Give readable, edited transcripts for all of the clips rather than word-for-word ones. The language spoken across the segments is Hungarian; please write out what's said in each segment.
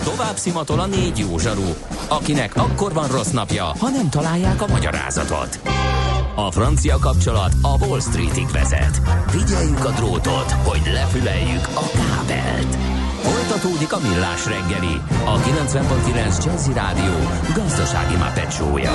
Tovább szimatol a 4 jó zsaru, akinek akkor van rossz napja, ha nem találják a magyarázatot. A francia kapcsolat a Wall Streetig vezet. Figyeljük a drótot, hogy lefüleljük a kábelt. Folytatódik a Millás reggeli, a 90.9 Jazzy Rádió gazdasági Muppet show-ja.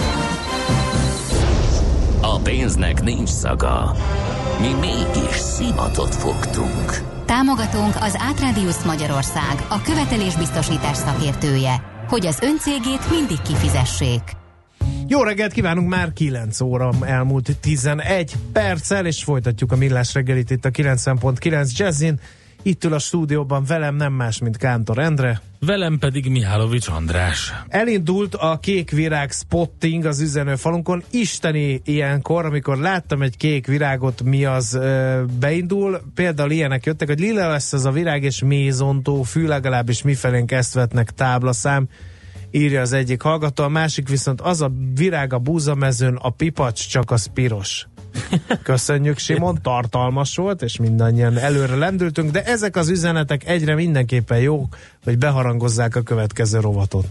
A pénznek nincs szaga. Mi mégis szimatot fogtunk. Támogatónk az Átradius Magyarország, a követelésbiztosítás szakértője, hogy az öncégét mindig kifizessék. Jó reggelt kívánunk, már 9 óra elmúlt 11 perccel, és folytatjuk a Millás reggelit itt a 90.9 Jazzin. Itt ül a stúdióban velem nem más, mint Kántor Endre. Velem pedig Mihálovics András. Elindult a kék virág spotting az üzenőfalunkon. Isteni ilyenkor, amikor láttam egy kék virágot, mi az beindul. Például ilyenek jöttek, hogy lila lesz ez a virág, és mézontó fű, legalábbis mifelénk ezt vetnek táblaszám, írja az egyik hallgató. A másik viszont az a virág a búzamezőn, a pipacs, csak az piros. Köszönjük, Simon, tartalmas volt, és mindannyian előre lendültünk, de ezek az üzenetek egyre mindenképpen jók, hogy beharangozzák a következő rovatot.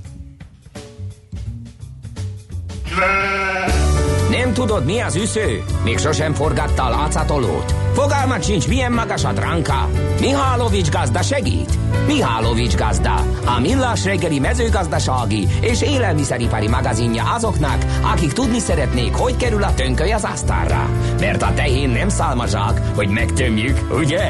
Nem tudod, mi az üsző? Még sosem forgatta a látszatolót? Fogalmat sincs, milyen magas a dránka? Mihálovics gazda segít? Mihálovics gazda, a Millás reggeli mezőgazdasági és élelmiszeripari magazinja azoknak, akik tudni szeretnék, hogy kerül a tönköly az asztalra. Mert a tehén nem szálmazsák, hogy megtömjük, ugye?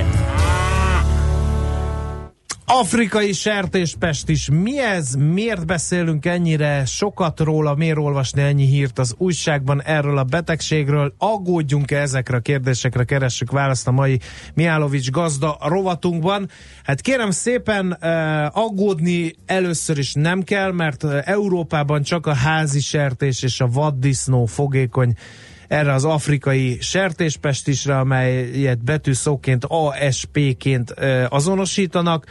Afrikai sertéspest. Mi ez? Miért beszélünk ennyire sokat róla? Miért olvasni ennyi hírt az újságban erről a betegségről? Aggódjunk-e ezekre a kérdésekre? Keressük választ a mai Mihálovics gazda rovatunkban. Hát kérem szépen, aggódni először is nem kell, mert Európában csak a házi sertés és a vaddisznó fogékony erre az afrikai sertéspestisre, amelyet betűszóként ASP-ként azonosítanak.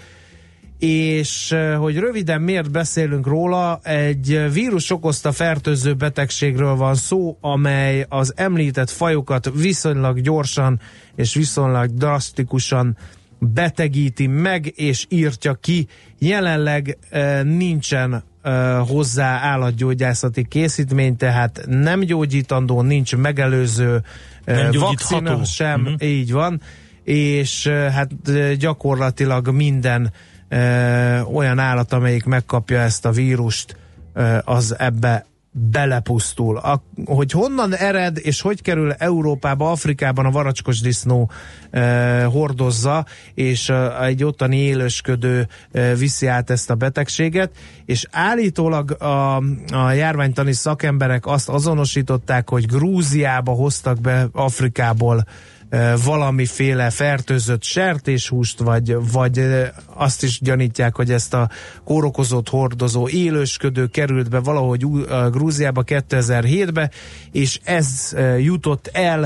És hogy röviden miért beszélünk róla, egy vírus okozta fertőző betegségről van szó, amely az említett fajokat viszonylag gyorsan és viszonylag drasztikusan betegíti meg és írtja ki. Jelenleg nincsen hozzá állatgyógyászati készítmény, tehát nem gyógyítandó, nincs megelőző vakcina sem, így van, és hát gyakorlatilag minden olyan állat, amelyik megkapja ezt a vírust, az ebbe belepusztul. Hogy honnan ered és hogy kerül Európába, Afrikában a varacskos disznó hordozza, és egy ottani élősködő viszi át ezt a betegséget, és állítólag a járványtani szakemberek azt azonosították, hogy Grúziába hoztak be Afrikából valamiféle fertőzött sertéshúst, vagy azt is gyanítják, hogy ezt a kórokozót hordozó élősködő került be valahogy Grúziába 2007-be, és ez jutott el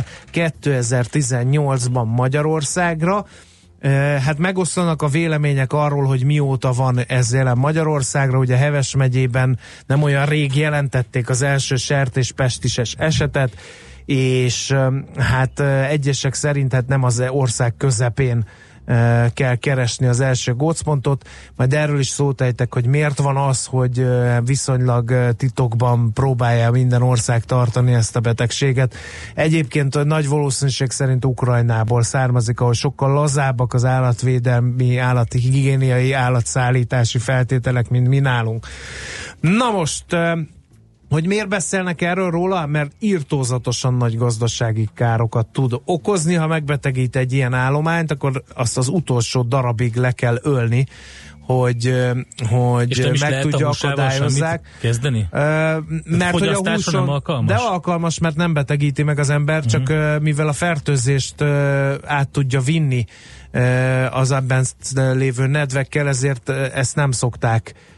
2018-ban Magyarországra. Hát megoszlanak a vélemények arról, hogy mióta van ez jelen Magyarországra. Ugye Heves megyében nem olyan rég jelentették az első sertéspestises esetet, és hát egyesek szerint hát nem az ország közepén kell keresni az első gócpontot, majd erről is szót ejtek, hogy miért van az, hogy viszonylag titokban próbálja minden ország tartani ezt a betegséget. Egyébként nagy valószínűség szerint Ukrajnából származik, ahol sokkal lazábbak az állatvédelmi, állati higiéniai, állatszállítási feltételek, mint mi nálunk. Na most hogy miért beszélnek erről róla? Mert irtózatosan nagy gazdasági károkat tud okozni. Ha megbetegít egy ilyen állományt, akkor azt az utolsó darabig le kell ölni, hogy meg tudja akadályozzák. Kezdeni? Mert hogy a húson nem alkalmas? De alkalmas, mert nem betegíti meg az ember, csak mivel a fertőzést át tudja vinni az ebben lévő nedvekkel, ezért ezt nem szokták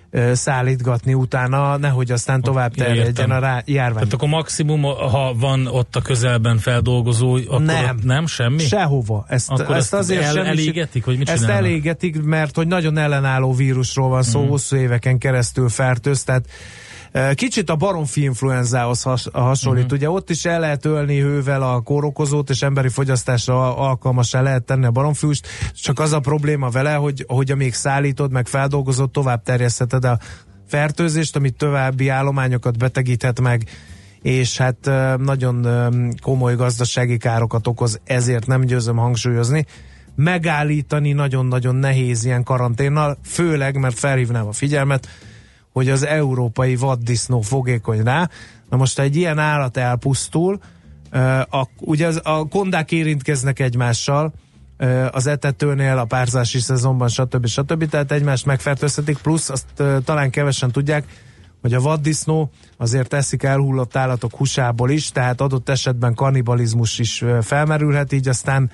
szállítgatni utána, nehogy aztán tovább terjedjen a járvány. Tehát akkor maximum, ha van ott a közelben feldolgozó, akkor nem semmi? Sehova. Akkor ezt azért elégetik, vagy mit csinálnak? Ezt elégetik, mert hogy nagyon ellenálló vírusról van szó, hosszú éveken keresztül fertőz, tehát kicsit a baromfi influenzához hasonlít. Ugye ott is el lehet ölni hővel a kórokozót, és emberi fogyasztásra alkalmassá lehet tenni a baromfihúst, csak az a probléma vele, hogy amíg szállítod, meg feldolgozod, tovább terjesztheted a fertőzést, amit további állományokat betegíthet meg, és hát nagyon komoly gazdasági károkat okoz, ezért nem győzöm hangsúlyozni. Megállítani nagyon-nagyon nehéz ilyen karanténnal, főleg, mert felhívnám a figyelmet, hogy az európai vaddisznó fogékony rá. Na most, ha egy ilyen állat elpusztul, ugye a kondák érintkeznek egymással, az etetőnél, a párzási szezonban, stb. Tehát egymást megfertőzhetik, plusz azt talán kevesen tudják, hogy a vaddisznó azért eszik elhullott állatok húsából is, tehát adott esetben kannibalizmus is felmerülhet, így aztán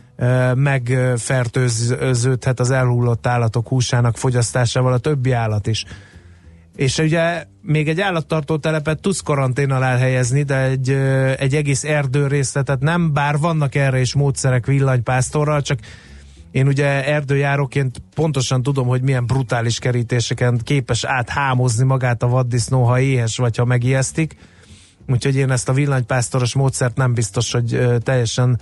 megfertőződhet az elhullott állatok húsának fogyasztásával a többi állat is. És ugye még egy állattartó telepet tudsz karantén alá elhelyezni, de egy egész erdőrészletet nem, bár vannak erre is módszerek villanypásztorral, csak én ugye erdőjáróként pontosan tudom, hogy milyen brutális kerítéseken képes áthámozni magát a vaddisznó, ha éhes vagy ha megijesztik. Úgyhogy én ezt a villanypásztoros módszert nem biztos, hogy teljesen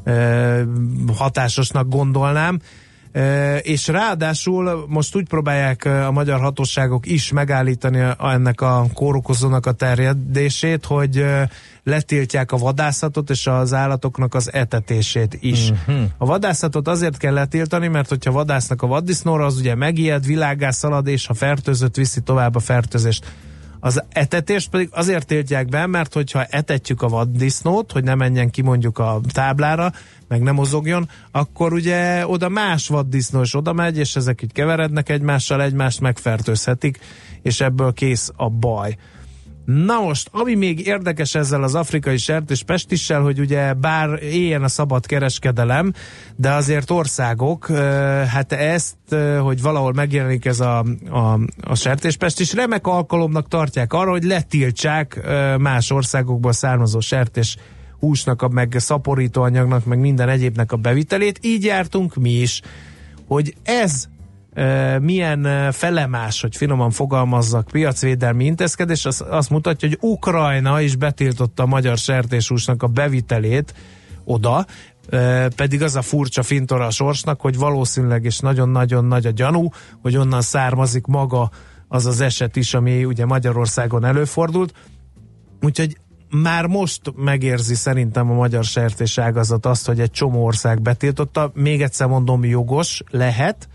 hatásosnak gondolnám. És ráadásul most úgy próbálják a magyar hatóságok is megállítani ennek a kórokozónak a terjedését, hogy letiltják a vadászatot és az állatoknak az etetését is. A vadászatot azért kell letiltani, mert hogyha vadásznak a vaddisznóra, az ugye megijed, világgá szalad, és ha fertőzött, viszi tovább a fertőzést. Az etetést pedig azért tiltják be, mert hogyha etetjük a vaddisznót, hogy ne menjen ki mondjuk a táblára, meg nem mozogjon, akkor ugye oda más vaddisznó is oda megy, és ezek így keverednek egymással, egymást megfertőzhetik, és ebből kész a baj. Na most, ami még érdekes ezzel az afrikai sertéspestissel, hogy ugye bár éljen a szabad kereskedelem, de azért országok, hát ezt, hogy valahol megjelenik ez a sertéspest is, remek alkalomnak tartják arra, hogy letiltsák más országokból származó sertés húsnak, meg szaporítóanyagnak, meg minden egyébnek a bevitelét. Így jártunk mi is, hogy ez milyen felemás, hogy finoman fogalmazzak, piacvédelmi intézkedés, azt mutatja, hogy Ukrajna is betiltotta a magyar sertéshúsnak a bevitelét oda, pedig az a furcsa fintora a sorsnak, hogy valószínűleg és nagyon-nagyon nagy a gyanú, hogy onnan származik maga az az eset is, ami ugye Magyarországon előfordult. Úgyhogy már most megérzi szerintem a magyar sertéságazat azt, hogy egy csomó ország betiltotta. Még egyszer mondom, jogos lehet,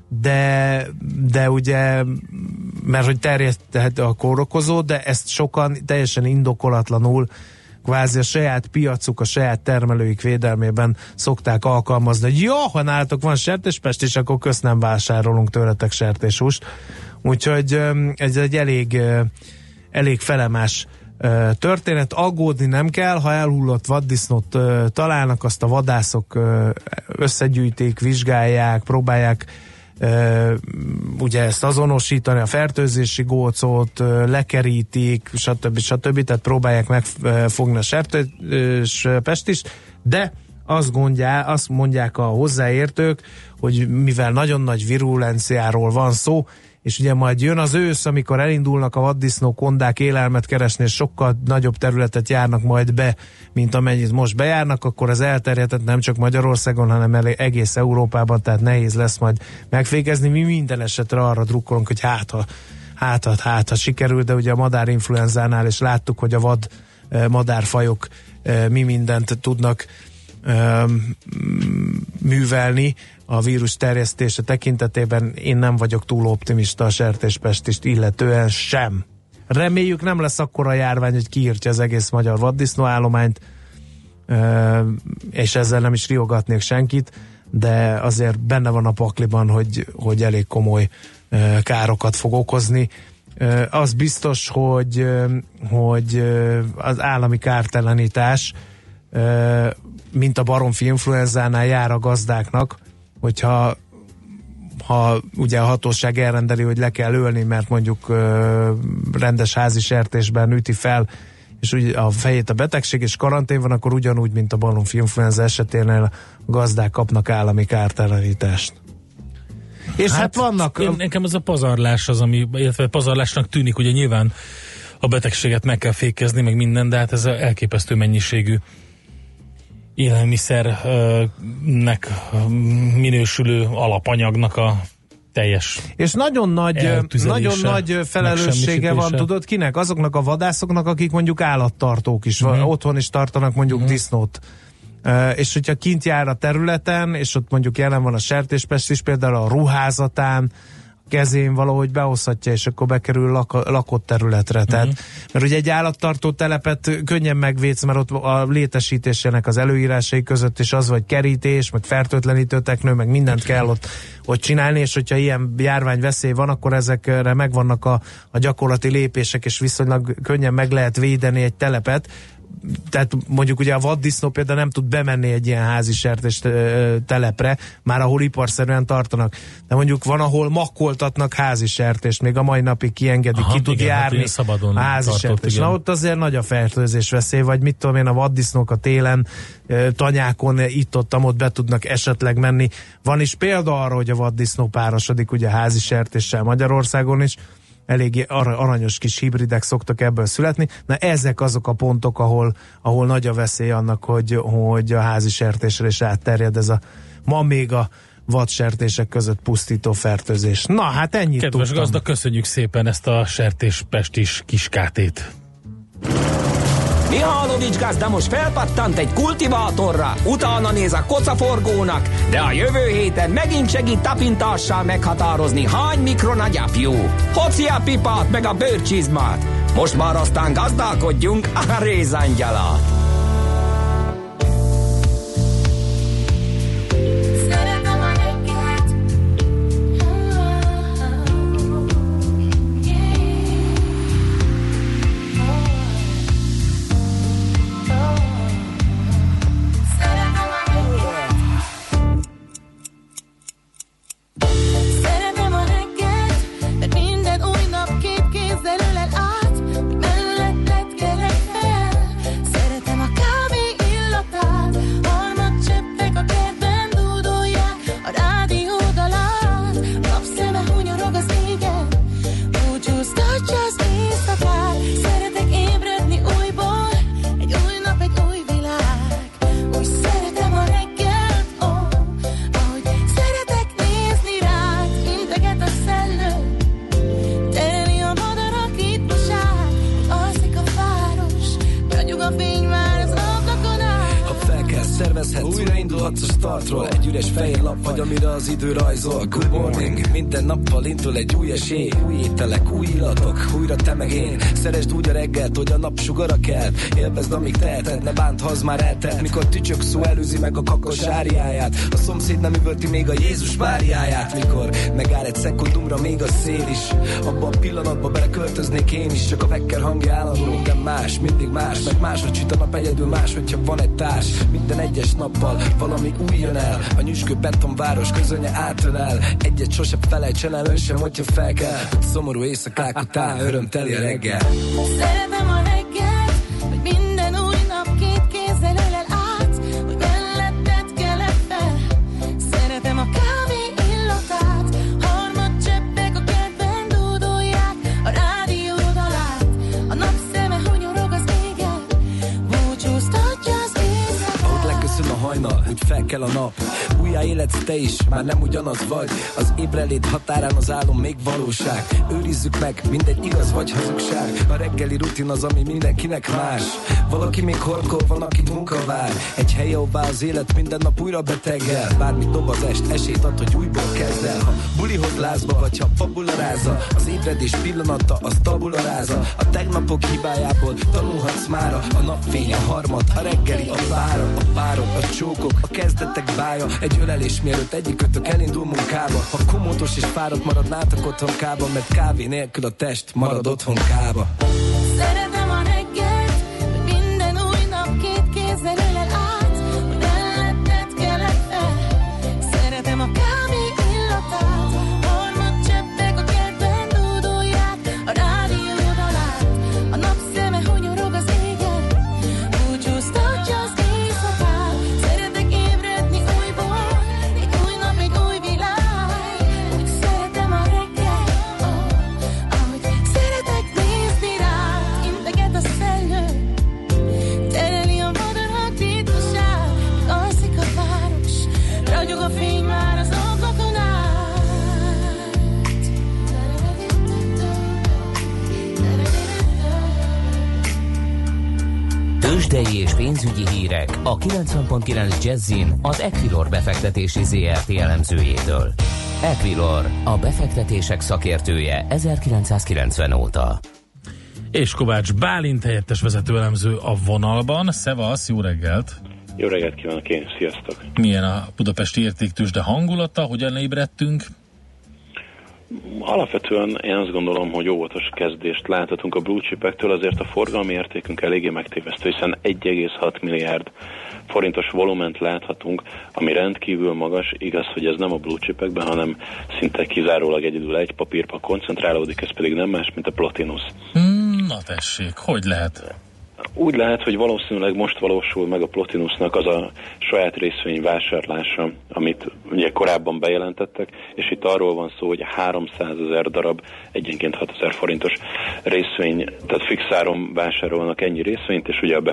de ugye, mert hogy terjedhet a kórokozó, de ezt sokan teljesen indokolatlanul kvázi a saját piacuk, a saját termelőik védelmében szokták alkalmazni, hogy jó, ha nálatok van sertéspest, és akkor közt nem vásárolunk tőletek sertéshúst. Úgyhogy ez egy elég felemás történet. Aggódni nem kell, ha elhullott vaddisznót találnak, azt a vadászok összegyűjtik, vizsgálják, próbálják ugye ezt azonosítani, a fertőzési gócot, lekerítik, stb. Tehát próbálják megfogni a sertéspest is, de azt mondják a hozzáértők, hogy mivel nagyon nagy virulenciáról van szó, és ugye majd jön az ősz, amikor elindulnak a vaddisznó kondák élelmet keresni, és sokkal nagyobb területet járnak majd be, mint amennyit most bejárnak, akkor az elterjedhet nem csak Magyarországon, hanem egész Európában, tehát nehéz lesz majd megfékezni. Mi minden esetre arra drukkolunk, hogy hát ha sikerül, de ugye a madárinfluenzánál is láttuk, hogy a vad madárfajok mi mindent tudnak művelni a vírus terjesztése tekintetében. Én nem vagyok túl optimista a sertéspestist illetően sem. Reméljük nem lesz akkora járvány, hogy kiírtja az egész magyar vaddisznóállományt, és ezzel nem is riogatnék senkit, de azért benne van a pakliban, hogy elég komoly károkat fog okozni. Az biztos, hogy az állami kártalanítás, mint a baromfi influenzánál jár a gazdáknak, hogyha ha ugye a hatóság elrendeli, hogy le kell ölni, mert mondjuk rendes házi sertésben üti fel, és úgy a fejét a betegség, és karantén van, akkor ugyanúgy, mint a baromfi influenza eseténél a gazdák kapnak állami kártalanítást. És hát vannak... Nekem ez a pazarlás az, ami, illetve pazarlásnak tűnik, ugye nyilván a betegséget meg kell fékezni, meg minden, de hát ez elképesztő mennyiségű élelmiszernek minősülő alapanyagnak a teljes és nagyon nagy felelőssége van, tudod kinek? Azoknak a vadászoknak, akik mondjuk állattartók is, otthon is tartanak mondjuk disznót. És hogyha kint jár a területen, és ott mondjuk jelen van a sertéspest is, például a ruházatán, kezén valahogy behozhatja, és akkor bekerül lakott területre. Tehát, mert ugye egy állattartó telepet könnyen megvédsz, mert ott a létesítésének az előírásai között is az, vagy kerítés, meg fertőtlenítő teknő, meg mindent kell ott csinálni, és hogyha ilyen járványveszély van, akkor ezekre megvannak a gyakorlati lépések, és viszonylag könnyen meg lehet védeni egy telepet. Tehát mondjuk ugye a vaddisznó például nem tud bemenni egy ilyen házi sertés telepre, már ahol iparszerűen tartanak. De mondjuk van, ahol makkoltatnak házi sertést, még a mai napig kiengedik, ki tud járni a házi sertés. Na ott azért nagy a fertőzés veszély, vagy mit tudom én, a vaddisznók a télen tanyákon itt-ott be tudnak esetleg menni. Van is példa arra, hogy a vaddisznó párosodik ugye házi sertéssel Magyarországon is, eléggé aranyos kis hibridek szoktak ebből születni. Na ezek azok a pontok, ahol nagy a veszély annak, hogy a házi sertésre is átterjed ez a ma még a vadsertések között pusztító fertőzés. Na hát ennyit Kedves tudtam. gazda, köszönjük szépen ezt a sertéspestis kiskátét. Mihálovics gazda most felpattant egy kultivátorra, utána néz a kocaforgónak, de a jövő héten megint segít tapintással meghatározni, hány mikron a gyapjú. Hoci a pipát meg a bőrcsizmát. Most már aztán gazdálkodjunk a rézangyalát. Újraindulhatsz a startról, egy üres fehér lap vagy, amire az idő rajzol. Good morning, minden nappal indul egy új esély. Új ételek, új illatok, újra te meg én. Szeresd úgy a reggelt, hogy a nap sugara kell. Élvezd, amíg teheted, ne bánt, ha az már eltelt. Mikor tücsök szó előzi meg a kakos áriáját, a szomszéd nem üvölti még a Jézus Máriáját. Mikor megáll egy szekundumra még a szél is, abba a pillanatba beleköltöznék én is. Csak a vekker hangja állandó, minden más, mindig más. Meg máshogy süt a nap, egyedül más, hogyha van egy társ. Minden egyes nappal valami új jön el. A nyüskő betonváros közönye átölel. Egyet sose felejtsen el, ön sem, hogyha fel kell. Szomorú éjszakák után örömteli a reggel. Szeretem a reggelt, hogy minden új nap két kézzel ölel át, hogy melletted kelek fel. Szeretem a kávé illatát, harmad cseppek a kertben dúdolják a rádió dalát. A napszeme hunyorog az égen, búcsúztatja az éjszakát. Ahogy leköszön a hajnal, úgy fel kell a nap. Újjá életsz te is, már nem ugyanaz vagy. Az ébreléd határán az álom még valóság. Őrizzük meg, mindegy igaz vagy hazugság. A reggeli rutin az, ami mindenkinek más. Valaki még horkol, van, akit munka vár. Egy hely, ahová az élet minden nap újra beteggel. Bármit dob az est, esélyt ad, hogy újból kezd el. Ha bulihoz lázba, vagy ha fabularáza, az ébredés pillanata, az tabularáza. A tegnapok hibájából tanulhatsz mára. A napfény, a harmad, a reggeli, a pára, a párok, a csókok, a kezdetek bája. Egy ölelés mielőtt egyikőtök elindul munkába. Ha komótos és fáradt maradnátok otthonkába, mert kávé nélkül a test marad otthonkába. Szeretem a reggelt, hogy minden új nap két kézzel ölel át, hogy melletted kelek fel. Szeretem a kávé illatát, Tőzsdei és pénzügyi hírek a 90.9 Jazzin az Equilor befektetési ZRT elemzőjétől. Equilor, a befektetések szakértője 1990 óta. És Kovács Bálint helyettes vezetőelemző a vonalban. Szevasz, jó reggelt! Jó reggelt kívánok én, sziasztok! Milyen a budapesti értéktőzsde hangulata? Hogyan ébredtünk? Alapvetően én azt gondolom, hogy óvatos kezdést láthatunk a blue chipektől, azért a forgalmi értékünk eléggé megtévesztő, hiszen 1,6 milliárd forintos volument láthatunk, ami rendkívül magas. Igaz, hogy ez nem a blue chipekben, hanem szinte kizárólag egyedül egy papírba koncentrálódik, ez pedig nem más, mint a Plotinus. Na tessék, hogy lehet? Úgy lehet, hogy valószínűleg most valósul meg a Plotinusnak az a saját részvény vásárlása, amit ugye korábban bejelentettek, és itt arról van szó, hogy 300 000 darab, egyenként 6 000 forintos részvény, tehát fix áron vásárolnak ennyi részvényt, és ugye a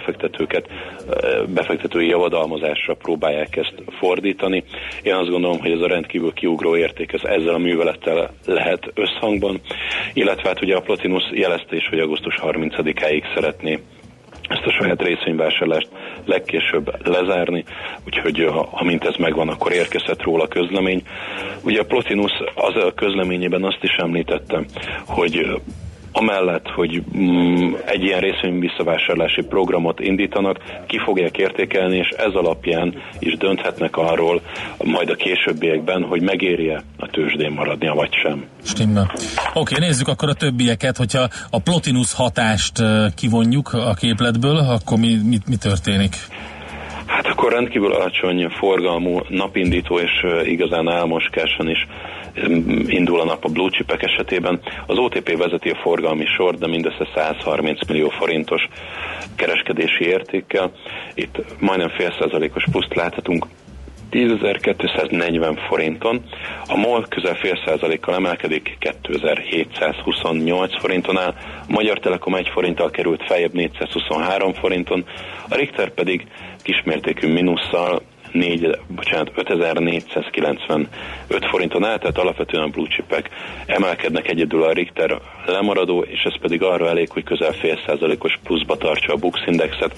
befektetői javadalmazásra próbálják ezt fordítani. Én azt gondolom, hogy ez a rendkívül kiugró érték, ez ezzel a művelettel lehet összhangban, illetve hát ugye a Plotinus jelezte is, hogy augusztus 30-áig szeretné ezt a saját részvényvásárlást legkésőbb lezárni, úgyhogy amint ez megvan, akkor érkezhet róla közlemény. Ugye a Plotinus az a közleményében azt is említette, hogy amellett, hogy egy ilyen részvényvisszavásárlási programot indítanak, ki fogják értékelni, és ez alapján is dönthetnek arról majd a későbbiekben, hogy megéri-e a tőzsdén maradnia, vagy sem. Stimmel. Oké, nézzük akkor a többieket, hogyha a Plotinus hatást kivonjuk a képletből, akkor mi történik? Hát akkor rendkívül alacsony forgalmú napindító és igazán álmoskásan is indul a nap a blue chipek esetében. Az OTP vezeti a forgalmi sor, de mindössze 130 millió forintos kereskedési értékkel. Itt majdnem 0,5%-os pluszt láthatunk 10.240 forinton. A MOL közel 0,5%-kal emelkedik, 2.728 forinton áll. A Magyar Telekom 1 forinttal került feljebb 423 forinton. A Richter pedig kismértékű mínusszal 5.495 forinton áll, tehát alapvetően a blue chipek emelkednek, egyedül a Richter lemaradó, és ez pedig arra elég, hogy közel 0,5%-os pluszba tartsa a Bux Indexet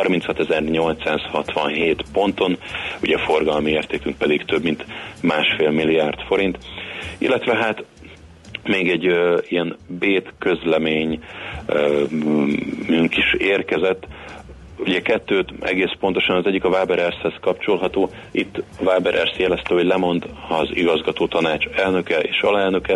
36.867 ponton, ugye a forgalmi értékünk pedig több mint 1,5 milliárd forint, illetve hát még egy ilyen bét közleményünk is érkezett. Ugye kettőt egész pontosan, az egyik a Waber Erszhez kapcsolható. Itt Waber Ersz jelezte, hogy lemond az igazgató tanács elnöke és alelnöke.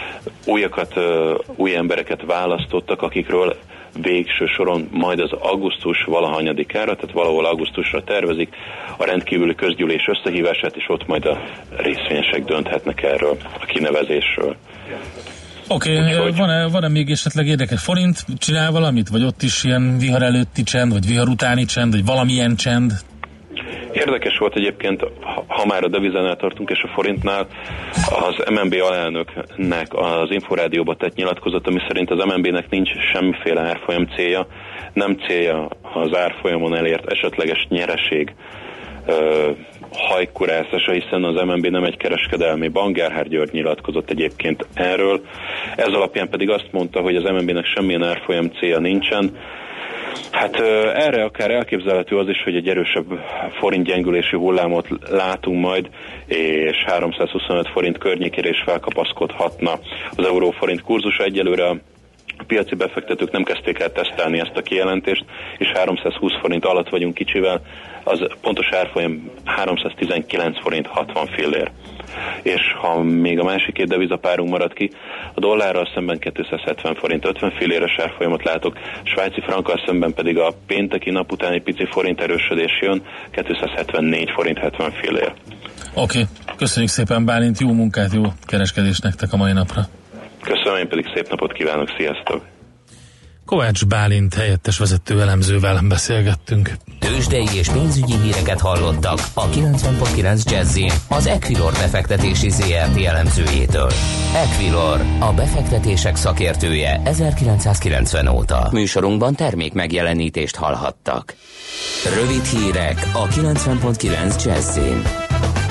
Új embereket választottak, akikről végső soron majd az augusztus valahanyadikára, tehát valahol augusztusra tervezik a rendkívüli közgyűlés összehívását, és ott majd a részvényesek dönthetnek erről a kinevezésről. Oké, van-e még esetleg érdekes? Forint csinál valamit? Vagy ott is ilyen vihar előtti csend, vagy vihar utáni csend, vagy valamilyen csend? Érdekes volt egyébként, ha már a devizánál tartunk és a forintnál, az MNB alelnöknek az Inforádióba tett nyilatkozata, ami szerint az MNB-nek nincs semmiféle árfolyam célja, nem célja az árfolyamon elért esetleges nyereség hajkurászása, hiszen az MNB nem egy kereskedelmi bank. Gerhard György nyilatkozott egyébként erről. Ez alapján pedig azt mondta, hogy az MNB-nek semmilyen árfolyam célja nincsen. Hát erre akár elképzelhető az is, hogy egy erősebb forint gyengülési hullámot látunk majd, és 325 forint környékére is felkapaszkodhatna az euró-forint kurzusa. Egyelőre a piaci befektetők nem kezdték el tesztelni ezt a kijelentést, és 320 forint alatt vagyunk kicsivel, az pontos árfolyam 319 forint 60 fillér. És ha még a másik két devizapárunk marad ki, a dollárral szemben 270 forint 50 filléres árfolyamot látok, svájci frankkal szemben pedig a pénteki nap utáni pici forint erősödés jön, 274 forint 70 fillér. Oké, köszönjük szépen Bálint, jó munkát, jó kereskedést nektek a mai napra. Köszönöm, én pedig szép napot kívánok, sziasztok! Kovács Bálint helyettes vezető elemzővel beszélgettünk. Tőzsdei és pénzügyi híreket hallottak a 90.9 Jazzin az Equilor befektetési ZRT elemzőjétől. Equilor, a befektetések szakértője 1990 óta. Műsorunkban termék megjelenítést hallhattak. Rövid hírek a 90.9 Jazzin.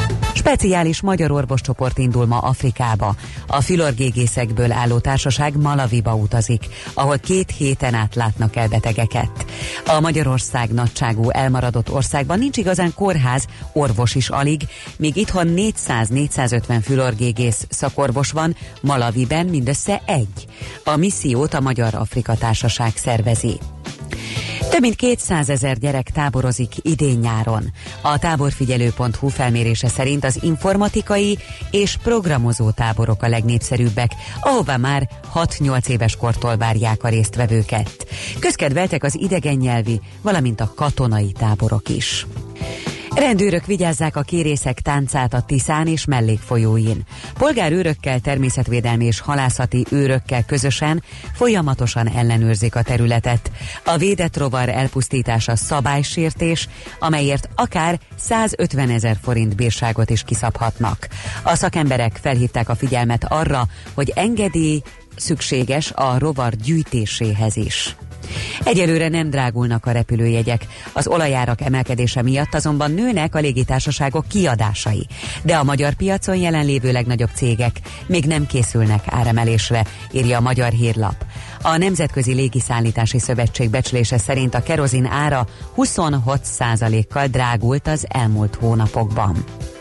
Speciális magyar orvoscsoport indul ma Afrikába. A fülorgégészekből álló társaság Malawiba utazik, ahol 2 héten át látnak el betegeket. A Magyarország nagyságú elmaradott országban nincs igazán kórház, orvos is alig, míg itthon 400-450 fülorgégész szakorvos van, Malawiben mindössze 1. A missziót a Magyar Afrika Társaság szervezi. Több mint 200 000 gyerek táborozik idén-nyáron. A táborfigyelő.hu felmérése szerint az informatikai és programozó táborok a legnépszerűbbek, ahová már 6-8 éves kortól várják a résztvevőket. Közkedveltek az idegennyelvi, valamint a katonai táborok is. Rendőrök vigyázzák a kérészek táncát a Tiszán és mellékfolyóin. Polgárőrökkel, természetvédelmi és halászati őrökkel közösen folyamatosan ellenőrzik a területet. A védett rovar elpusztítása szabálysértés, amelyért akár 150 000 forint bírságot is kiszabhatnak. A szakemberek felhívták a figyelmet arra, hogy engedély szükséges a rovar gyűjtéséhez is. Egyelőre nem drágulnak a repülőjegyek. Az olajárak emelkedése miatt azonban nőnek a légitársaságok kiadásai. De a magyar piacon jelenlévő legnagyobb cégek még nem készülnek áremelésre, írja a Magyar Hírlap. A Nemzetközi Légiszállítási Szövetség becslése szerint a kerozin ára 26%-kal drágult az elmúlt hónapokban.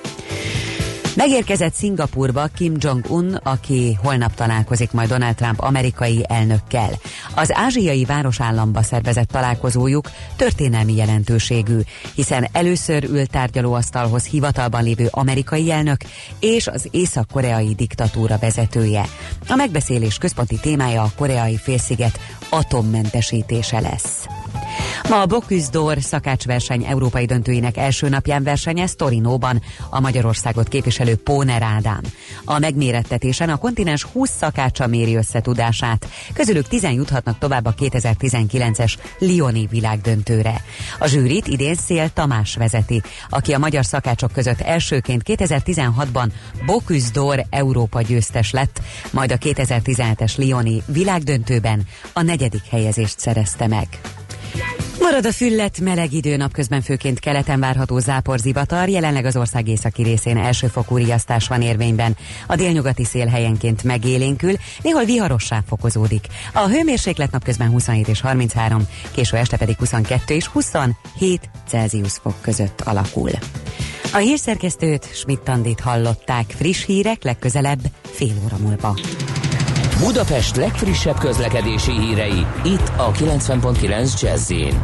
Megérkezett Szingapúrba Kim Jong-un, aki holnap találkozik majd Donald Trump amerikai elnökkel. Az ázsiai városállamba szervezett találkozójuk történelmi jelentőségű, hiszen először ült tárgyalóasztalhoz hivatalban lévő amerikai elnök és az észak-koreai diktatúra vezetője. A megbeszélés központi témája a koreai félsziget atommentesítése lesz. Ma a Bocuse d'Or szakácsverseny európai döntőinek első napján versenyez Torinóban a Magyarországot képviselő Póner Ádám. A megmérettetésen a kontinens 20 szakácsa méri összetudását, közülük 10 juthatnak tovább a 2019-es Lyoni világdöntőre. A zsűrit idén Szél Tamás vezeti, aki a magyar szakácsok között elsőként 2016-ban Bocuse d'Or Európa győztes lett, majd a 2017-es Lyoni világdöntőben a 4. helyezést szerezte meg. Marad a füllet, meleg idő, napközben főként keleten várható záporzivatar, jelenleg az ország északi részén elsőfokú riasztás van érvényben. A délnyugati szél helyenként megélénkül, néhol viharossá fokozódik. A hőmérséklet napközben 27 és 33, késő este pedig 22 és 27 Celsius fok között alakul. A hírszerkesztőt, Schmidt-Andit hallották, friss hírek legközelebb fél óra múlva. Budapest legfrissebb közlekedési hírei, itt a 90.9 Jazz-in.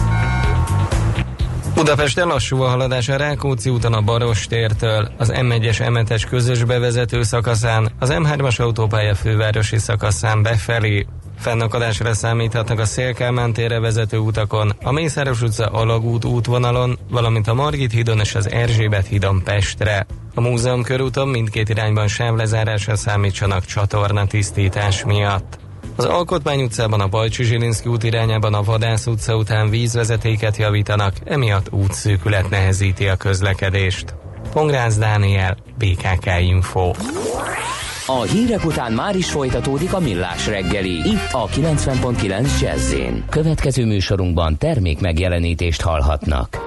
Budapesten lassú a haladás a Rákóczi úton a Barostértől, az M1-es M7-es közös bevezető szakaszán, az M3-as autópálya fővárosi szakaszán befelé. Fennakadásra számíthatnak a Széll-Kálmán térre vezető utakon, a Mészáros utca Alagút útvonalon, valamint a Margit hídon és az Erzsébet hídon Pestre. A Múzeum körúton mindkét irányban sávlezárásra számítsanak csatornatisztítás miatt. Az Alkotmány utcában a Bajcsy-Zsilinszky út irányában a Vadász utca után vízvezetéket javítanak, emiatt útszűkület nehezíti a közlekedést. Pongrácz Dániel, BKK Info. A hírek után már is folytatódik a Millás reggeli, itt a 90.9 Jazz-in. Következő műsorunkban termék megjelenítést hallhatnak.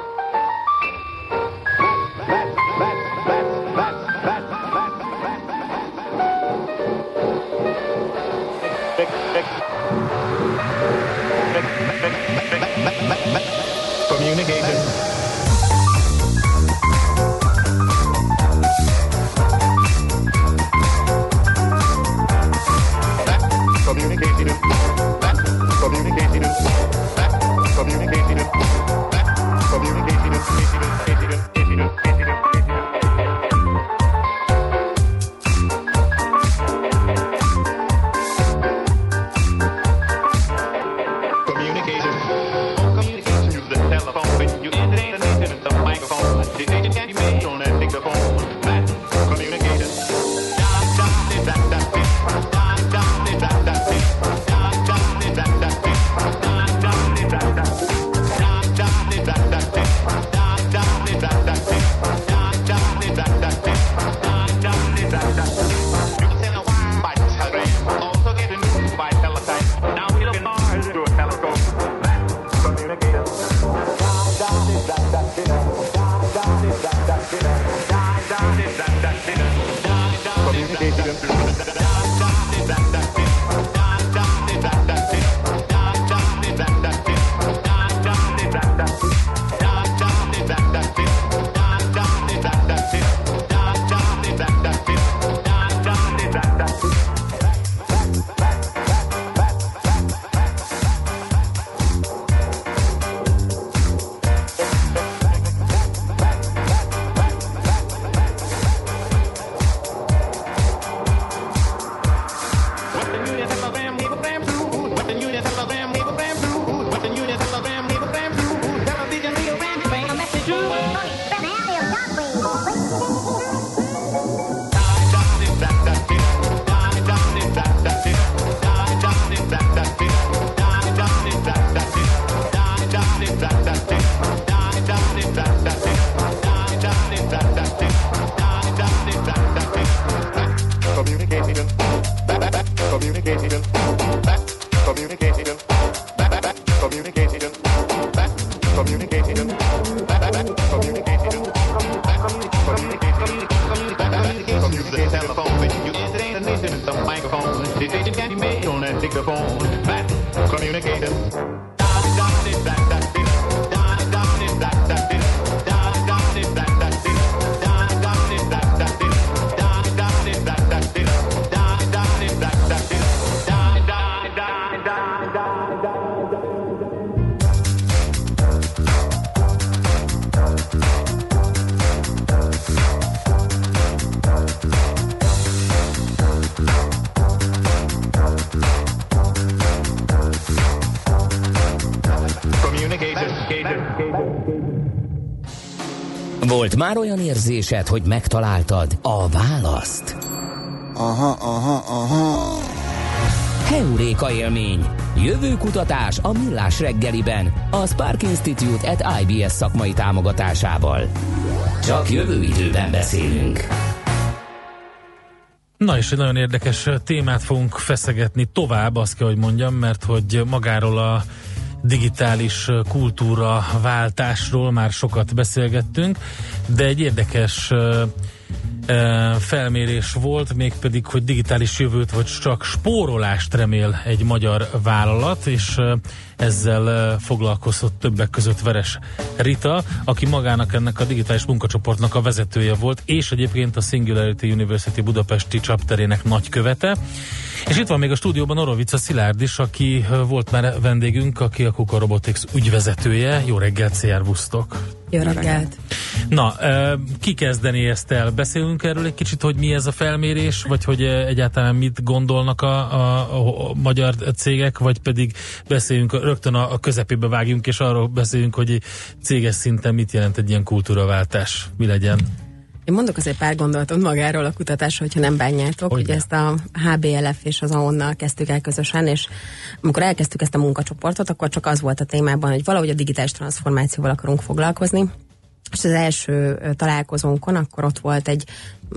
Volt már olyan érzésed, hogy megtaláltad a választ? Aha. Heuréka élmény. Jövőkutatás a Millás reggeliben. A Spark Institute at IBS szakmai támogatásával. Csak jövő időben beszélünk. Na és egy nagyon érdekes témát fogunk feszegetni tovább, azt kell, hogy mondjam, mert hogy magáról a digitális kultúra váltásról már sokat beszélgettünk, de egy érdekes felmérés volt, mégpedig, hogy digitális jövőt vagy csak spórolást remél egy magyar vállalat, és ezzel foglalkozott többek között Veres Rita, aki magának ennek a digitális munkacsoportnak a vezetője volt, és egyébként a Singularity University budapesti chapterének nagykövete. És itt van még a stúdióban Orovica Szilárd is, aki volt már vendégünk, aki a KUKA Robotics ügyvezetője. Jó reggelt, szervusztok! Jó reggelt! Na, ki kezdeni ezt el? Beszélünk erről egy kicsit, hogy mi ez a felmérés, vagy hogy egyáltalán mit gondolnak a magyar cégek, vagy pedig beszéljünk, rögtön a közepébe vágjunk, és arról beszéljünk, hogy céges szinten mit jelent egy ilyen kultúraváltás, mi legyen? Én mondok azért pár gondolatot magáról a kutatásról, hogyha nem bánjátok. Ugye ezt a HBLF és az AON-nal kezdtük el közösen, és amikor elkezdtük ezt a munkacsoportot, akkor csak az volt a témában, hogy valahogy a digitális transformációval akarunk foglalkozni. És az első találkozónkon akkor ott volt egy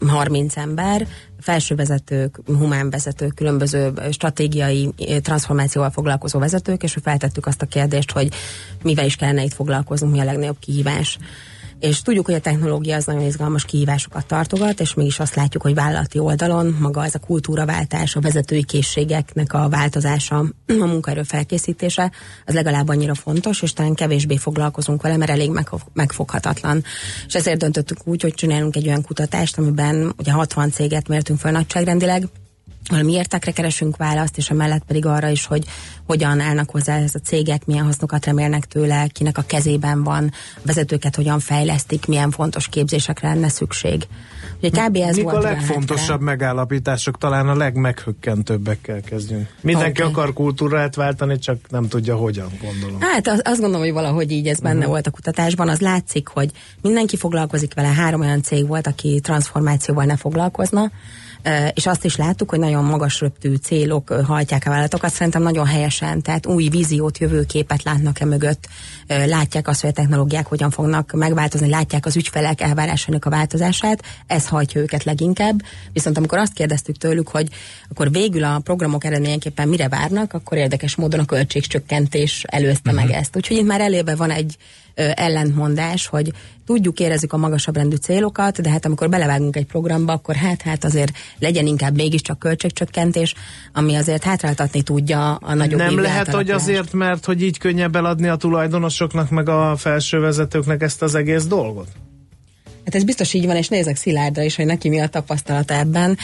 30 ember, felsővezetők, humánvezetők, különböző stratégiai transformációval foglalkozó vezetők, és feltettük azt a kérdést, hogy mivel is kellene itt foglalkoznunk, mi a legnagyobb kihívás. És tudjuk, hogy a technológia az nagyon izgalmas kihívásokat tartogat, és mégis azt látjuk, hogy vállalati oldalon maga ez a kultúraváltás, a vezetői készségeknek a változása, a munkaerő felkészítése, az legalább annyira fontos, és talán kevésbé foglalkozunk vele, mert elég megfoghatatlan. És ezért döntöttük úgy, hogy csinálunk egy olyan kutatást, amiben ugye 60 céget mértünk fel nagyságrendileg, valami értekre keresünk választ, és emellett pedig arra is, hogy hogyan állnak hozzá ez a cégek, milyen hasznokat remélnek tőle, kinek a kezében van, a vezetőket hogyan fejlesztik, milyen fontos képzésekre lenne szükség. Ugye kb. Ez mik volt a legfontosabb megállapítások, talán a legmeghökkentőbbekkel kezdjünk. Mindenki akar kultúrát váltani, csak nem tudja hogyan, gondolom. Hát azt gondolom, hogy valahogy így ez benne volt a kutatásban. Az látszik, hogy mindenki foglalkozik vele, 3 olyan cég volt, aki transformációval ne foglalkozna, és azt is láttuk, hogy nagyon magas röptű célok hajtják a vállalatokat, szerintem nagyon helyesen, tehát új víziót, jövőképet látnak mögött, látják azt, hogy a technológiák hogyan fognak megváltozni, látják az ügyfelek elvárásának a változását, ez hajtja őket leginkább, viszont amikor azt kérdeztük tőlük, hogy akkor végül a programok eredményeképpen mire várnak, akkor érdekes módon a költségcsökkentés előzte meg ezt. Úgyhogy itt már elébe van egy ellentmondás, hogy tudjuk, érezzük a magasabb rendű célokat, de hát amikor belevágunk egy programba, akkor hát azért legyen inkább mégiscsak költségcsökkentés, ami azért hátráltatni tudja a nagyobb nem lehet, hogy azért, mert hogy így könnyebb eladni a tulajdonosoknak, meg a felsővezetőknek ezt az egész dolgot? Hát ez biztos így van, és nézek Szilárdra is, hogy neki mi a tapasztalata ebben.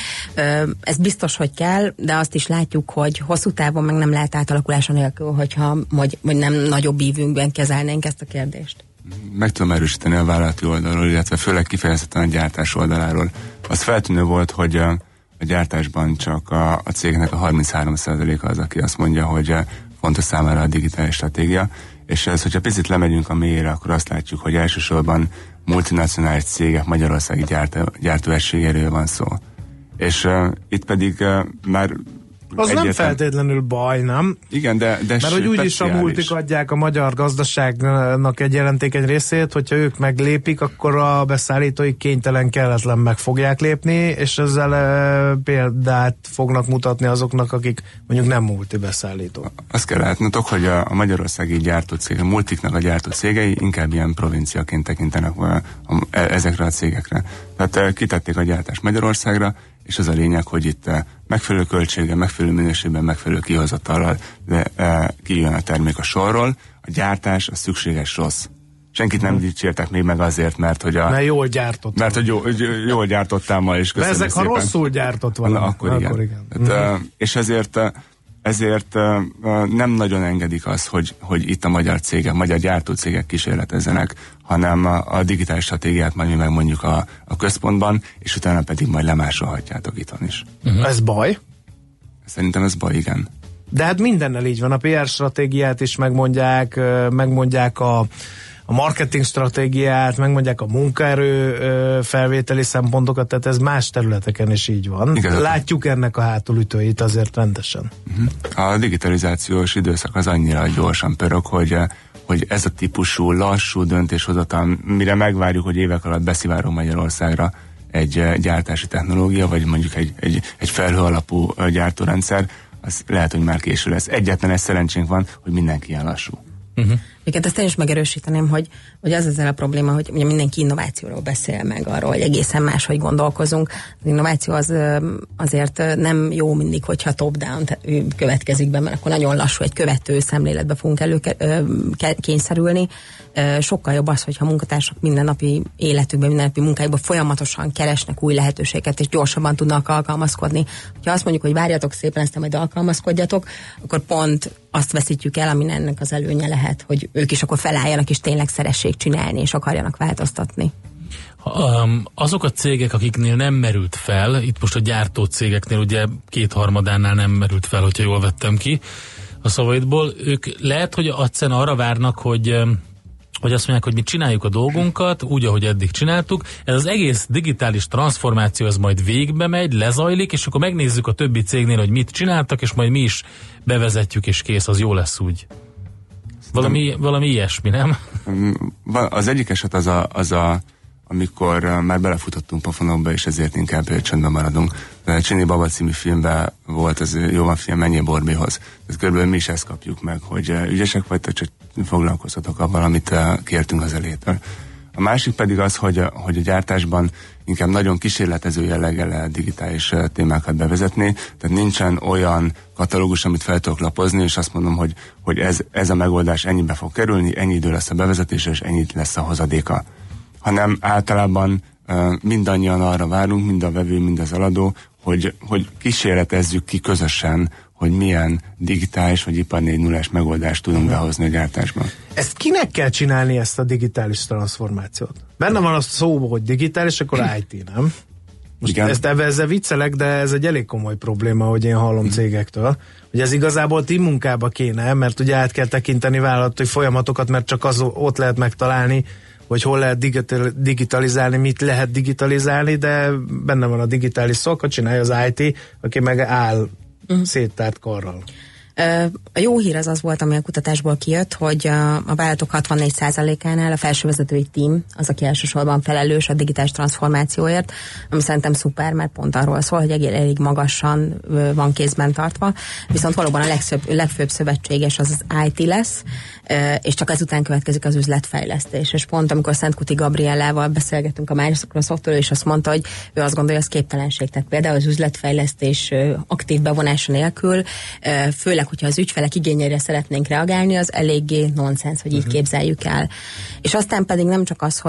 Ez biztos, hogy kell, de azt is látjuk, hogy hosszú távon meg nem lehet átalakulása nélkül, hogyha vagy nem nagyobb ívünkben kezelnénk ezt a kérdést. Meg tudom erősíteni a vállalati oldalról, illetve főleg kifejezetten a gyártás oldaláról. Az feltűnő volt, hogy a gyártásban csak a cégnek a 33%-a az, aki azt mondja, hogy fontos számára a digitális stratégia, és ez, hogyha picit lemegyünk a mélyére, akkor azt látjuk, hogy elsősorban multinacionális cégek magyarországi gyártóegységéről van szó. És itt pedig már Az nem feltétlenül baj, nem? Igen, de mert hogy úgyis a multik adják a magyar gazdaságnak egy jelentékeny részét, hogyha ők meglépik, akkor a beszállítói kelletlen meg fogják lépni, és ezzel példát fognak mutatni azoknak, akik mondjuk nem multi beszállítók. Azt kell látnotok, hogy a magyarországi gyártócégek, a multiknak a gyártócégei inkább ilyen provinciaként tekintenek ezekre a cégekre. Tehát kitették a gyártást Magyarországra, és az a lényeg, hogy itt megfelelő költsége, megfelelő minőségben, megfelelő kihozatallal kijön a termék a sorról. A gyártás a szükséges rossz. Senkit nem dicsértek még meg azért, mert hogy mert jól gyártott. Mert hogy jól gyártottál ma, és köszönöm ezek, szépen. Ha rosszul gyártott valami. Akkor igen. Tehát, és ezért nem nagyon engedik azt, hogy itt a magyar cégek, magyar gyártócégek kísérletezzenek, hanem a digitális stratégiát majd mi megmondjuk a központban, és utána pedig majd lemásolhatjátok itthon is. Ez baj? Szerintem ez baj, igen. De hát mindennel így van. A PR stratégiát is megmondják a marketing stratégiát, megmondják a munkaerő felvételi szempontokat, tehát ez más területeken is így van. Igen, látjuk ennek a hátulütőit azért rendesen. A digitalizációs időszak az annyira gyorsan pörög, hogy ez a típusú lassú döntéshozatal, mire megvárjuk, hogy évek alatt beszivárog Magyarországra egy gyártási technológia, vagy mondjuk egy felhő alapú gyártórendszer, az lehet, hogy már késő lesz. Egyetlen egy szerencsénk van, hogy mindenki ilyen lassú. Ezt én is megerősíteném, hogy az ezzel a probléma, hogy ugye mindenki innovációról beszél meg arról, hogy egészen máshogy gondolkozunk. Az innováció azért nem jó mindig, hogyha top-down következik be, mert akkor nagyon lassú egy követő szemléletbe fogunk kényszerülni. Sokkal jobb az, hogyha munkatársak mindennapi életükben, mindennapi munkájukban folyamatosan keresnek új lehetőséget, és gyorsabban tudnak alkalmazkodni. Ha azt mondjuk, hogy várjatok szépen, aztán majd alkalmazkodjatok, akkor pont azt veszítjük el, amin ennek az előnye lehet, hogy ők is akkor felálljanak, és tényleg szeressék csinálni, és akarjanak változtatni. Azok a cégek, akiknél nem merült fel, itt most a gyártó cégeknél ugye 2/3 nem merült fel, hogyha jól vettem ki a szavaidból, ők lehet, hogy egyszerűen arra várnak, hogy azt mondják, hogy mi csináljuk a dolgunkat, úgy, ahogy eddig csináltuk. Ez az egész digitális transformáció, az majd végbe megy, lezajlik, és akkor megnézzük a többi cégnél, hogy mit csináltak, és majd mi is bevezetjük, és kész, az jó lesz úgy. Valami ilyesmi, nem? Az egyik eset amikor már belefutottunk pofonokba, és ezért inkább csöndben maradunk. Csini Baba című filmben volt, az jó van film, menjél Borbihoz. Tehát körülbelül mi is ezt kapjuk meg, hogy ügyesek vagytok, csak foglalkoztatok abban, amit kértünk az elétől. A másik pedig az, hogy a gyártásban inkább nagyon kísérletező jelleggel lehet digitális témákat bevezetni, tehát nincsen olyan katalógus, amit fel tudok lapozni, és azt mondom, hogy ez a megoldás ennyibe fog kerülni, ennyi idő lesz a bevezetése, és ennyi lesz a hozadéka. Hanem általában mindannyian arra várunk, mind a vevő, mind az eladó, hogy kísérletezzük ki közösen, hogy milyen digitális vagy ipar 4.0-es megoldást tudunk behozni a gyártásban. Ezt kinek kell csinálni, ezt a digitális transformációt? Benne van a szó, hogy digitális, akkor IT, nem? Most ezzel viccelek, de ez egy elég komoly probléma, hogy én hallom cégektől, hogy ez igazából ti munkába kéne, mert ugye át kell tekinteni vállalati folyamatokat, mert csak ott lehet megtalálni, hogy hol lehet digitalizálni, mit lehet digitalizálni, de benne van a digitális szó, akkor csinálja az IT, aki meg áll széttárt karral. A jó hír az volt, ami a kutatásból kijött, hogy a vállalatok 64%-ánál a felsővezetői tím az, aki elsősorban felelős a digitális transformációért, ami szerintem szuper, mert pont arról szól, hogy elég magasan van kézben tartva, viszont valóban a legfőbb szövetséges az IT lesz, és csak ezután következik az üzletfejlesztés. És pont amikor Szentkuti Gabriellával beszélgettünk a Microsoftról, és azt mondta, hogy ő azt gondolja, az képtelenség. Tehát például az üzletfejlesztés aktív bevonása nélkül, főleg, hogyha az ügyfelek igényeire szeretnénk reagálni, az eléggé nonsens, hogy így képzeljük el. És aztán pedig nem csak az,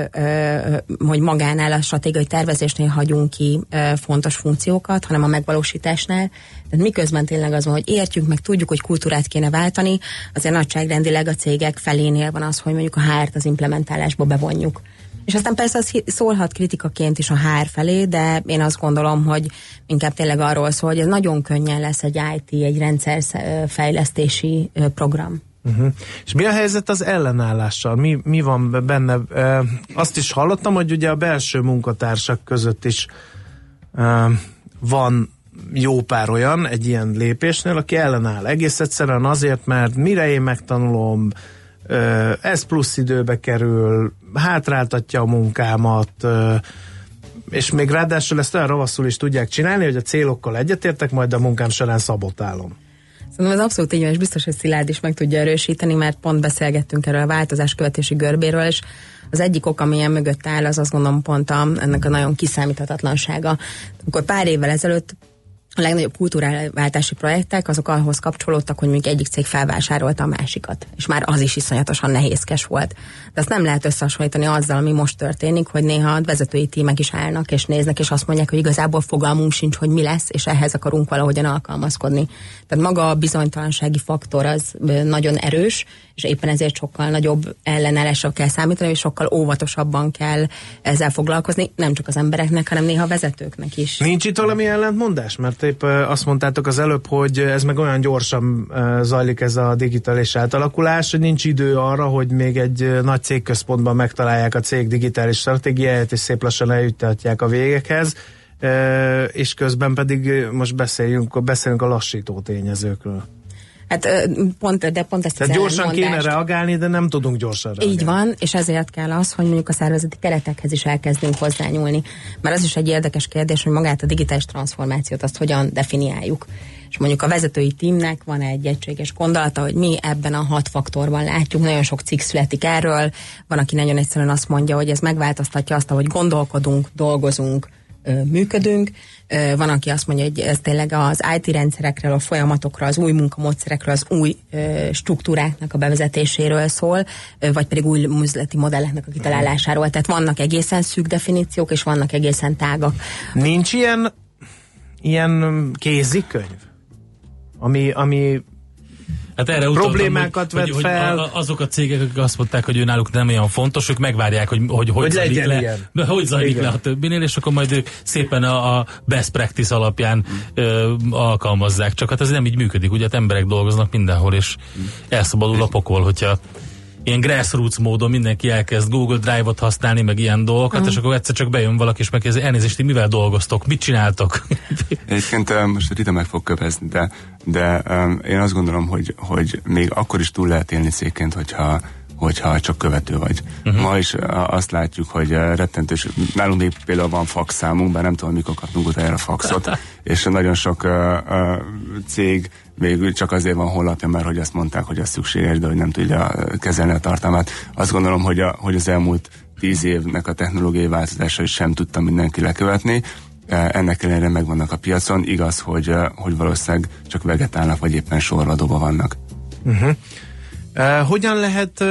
hogy magánál a stratégiai tervezésnél hagyunk ki fontos funkciókat, hanem a megvalósításnál. Tehát miközben tényleg az van, hogy értjük, meg tudjuk, hogy kultúrát kéne váltani, azért nagyságrendileg a cégek felénél van az, hogy mondjuk a HR-t az implementálásba bevonjuk. És aztán persze az szólhat kritikaként is a HR felé, de én azt gondolom, hogy inkább tényleg arról szól, hogy ez nagyon könnyen lesz egy IT, egy rendszerfejlesztési program. És mi a helyzet az ellenállással? Mi van benne? Azt is hallottam, hogy ugye a belső munkatársak között is van jó pár olyan egy ilyen lépésnél, aki ellenáll. Egész egyszerűen azért, mert mire én megtanulom, ez plusz időbe kerül, hátráltatja a munkámat, és még ráadásul ezt olyan ravaszul is tudják csinálni, hogy a célokkal egyetértek, majd a munkám során szabotálom. Szerintem ez abszolút így van, és biztos, hogy Szilárd is meg tudja erősíteni, mert pont beszélgettünk erről a változás követési görbéről, és az egyik ok, amilyen mögött áll, az azt gondolom pont ennek a nagyon kiszámíthatatlansága. Amikor pár évvel ezelőtt a legnagyobb kultúráváltási projektek azok ahhoz kapcsolódtak, hogy mondjuk egyik cég felvásárolta a másikat, és már az is iszonyatosan nehézkes volt. De azt nem lehet összehasonlítani azzal, ami most történik, hogy néha vezetői tímek is állnak és néznek, és azt mondják, hogy igazából fogalmunk sincs, hogy mi lesz, és ehhez akarunk valahogyan alkalmazkodni. Tehát maga a bizonytalansági faktor az nagyon erős, és éppen ezért sokkal nagyobb ellenállásra kell számítani, és sokkal óvatosabban kell ezzel foglalkozni, nem csak az embereknek, hanem néha a vezetőknek is. Nincs itt valami ellentmondás? Mert épp azt mondtátok az előbb, hogy ez meg olyan gyorsan zajlik ez a digitális átalakulás, hogy nincs idő arra, hogy még egy nagy cégközpontban megtalálják a cég digitális stratégiáját, és szép lassan eljuttatják a végekhez, és közben pedig most beszélünk a lassító tényezőkről. Hát pont ezt tehát gyorsan kéne reagálni, de nem tudunk gyorsan reagálni. Így van, és ezért kell az, hogy mondjuk a szervezeti keretekhez is elkezdünk hozzányúlni. Mert az is egy érdekes kérdés, hogy magát a digitális transformációt azt hogyan definiáljuk. És mondjuk a vezetői tímnek van egy egységes gondolata, hogy mi ebben a 6 faktorban látjuk, nagyon sok cikk születik erről, van, aki nagyon egyszerűen azt mondja, hogy ez megváltoztatja azt, ahogy gondolkodunk, dolgozunk, működünk. Van, aki azt mondja, hogy ez tényleg az IT rendszerekről, a folyamatokról, az új munkamódszerekről, az új struktúráknak a bevezetéséről szól, vagy pedig új üzleti modelleknek a kitalálásáról. Tehát vannak egészen szűk definíciók, és vannak egészen tágak. Nincs ilyen kézikönyv, ami hát erre problémákat vet fel. Hogy azok a cégek, akik azt mondták, hogy náluk nem olyan fontos, ők megvárják, hogy zajlik le a többinél, és akkor majd ők szépen a best practice alapján alkalmazzák. Csak hát ez nem így működik, ugye hát emberek dolgoznak mindenhol, és elszabadul a pokol, hogyha ilyen grassroots módon mindenki elkezd Google Drive-ot használni, meg ilyen dolgokat, és akkor egyszer csak bejön valaki, és megkérdezi, elnézést, ti mivel dolgoztok, mit csináltok? Egyébként most Rita meg fog kövezni, de én azt gondolom, hogy még akkor is túl lehet élni cégként, hogyha csak követő vagy. Ma is azt látjuk, hogy rettentős, nálunk még például van fax számunk, bár nem tudom, mikor kaptunk utoljára faxot, és nagyon sok cég végül csak azért van honlapja, mert hogy azt mondták, hogy ez szükséges, de hogy nem tudja kezelni a tartalmát. Azt gondolom, hogy az elmúlt 10 évnek a technológiai változásait sem tudta mindenki lekövetni. Ennek ellenére megvannak a piacon. Igaz, hogy valószínűleg csak vegetálnak, vagy éppen sorvadóban vannak. Hogyan lehet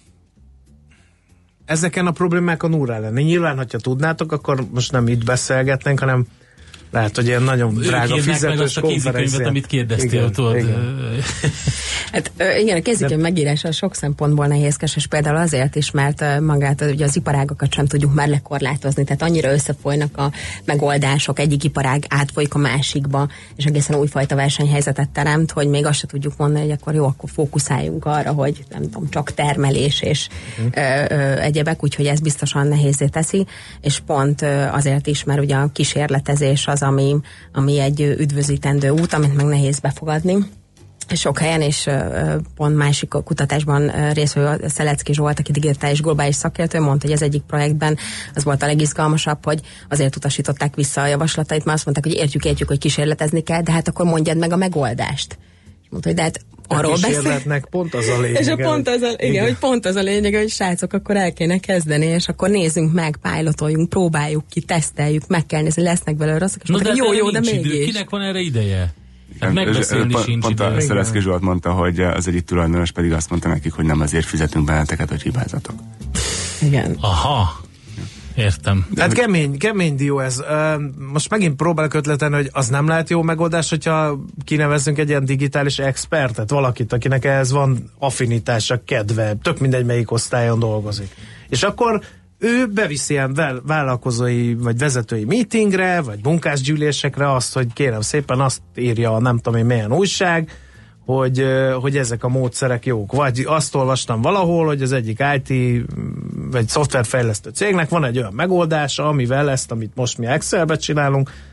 ezeken a problémákon úrrá lenni? Nyilván, hogyha tudnátok, akkor most nem itt beszélgetnénk, hanem lehet, hogy ilyen nagyon drága fizetős konferenciát. Amit kérdeztél, tudod. Hát igen, a kézikönyv megírása sok szempontból nehézkes, és például azért is, mert magát ugye az iparágakat sem tudjuk már lekorlátozni, tehát annyira összefolynak a megoldások, egyik iparág átfolyik a másikba, és egészen újfajta versenyhelyzetet teremt, hogy még azt se tudjuk mondani, hogy akkor jó, akkor fókuszáljunk arra, hogy nem tudom, csak termelés és egyebek, úgyhogy ez biztosan nehézzé teszi, és pont azért is, mert ugye a kísérletezés az, ami egy üdvözítendő út, amit meg nehéz befogadni. Sok helyen, és pont másik kutatásban részvevő Szelecki Zsolt, aki digitális globális szakértő, mondta, hogy az egyik projektben az volt a legizgalmasabb, hogy azért utasították vissza a javaslatait, mert azt mondták, hogy értjük, hogy kísérletezni kell, de hát akkor mondjad meg a megoldást. És mondta, hogy de hát arról kísérletnek pont az a lényeg. És hogy pont az a lényeg, hogy srácok, akkor el kéne kezdeni, és akkor nézzünk meg, pilotoljunk, próbáljuk ki, teszteljük, meg kell nézni, lesznek belőle rosszak, és mondta, jó, de mégis. Kinek van erre ideje? Hát megbeszélni sincs pont a Szelecki Zsolt mondta, hogy az egyik tulajdonos pedig azt mondta nekik, hogy nem azért fizetünk benneteket, hogy hibázatok. Igen. Aha. Értem. Hát kemény dió ez. Most megint próbálok ötletelni, hogy az nem lehet jó megoldás, hogyha kinevezzünk egy ilyen digitális expertet, valakit, akinek ehhez van affinitása, kedve, tök mindegy melyik osztályon dolgozik. És akkor ő beviszi ilyen vállalkozói vagy vezetői meetingre, vagy munkásgyűlésekre azt, hogy kérem szépen azt írja nem tudom én milyen újság, hogy ezek a módszerek jók. Vagy azt olvastam valahol, hogy az egyik IT vagy szoftverfejlesztő cégnek van egy olyan megoldása, amivel ezt, amit most mi Excelbe csinálunk,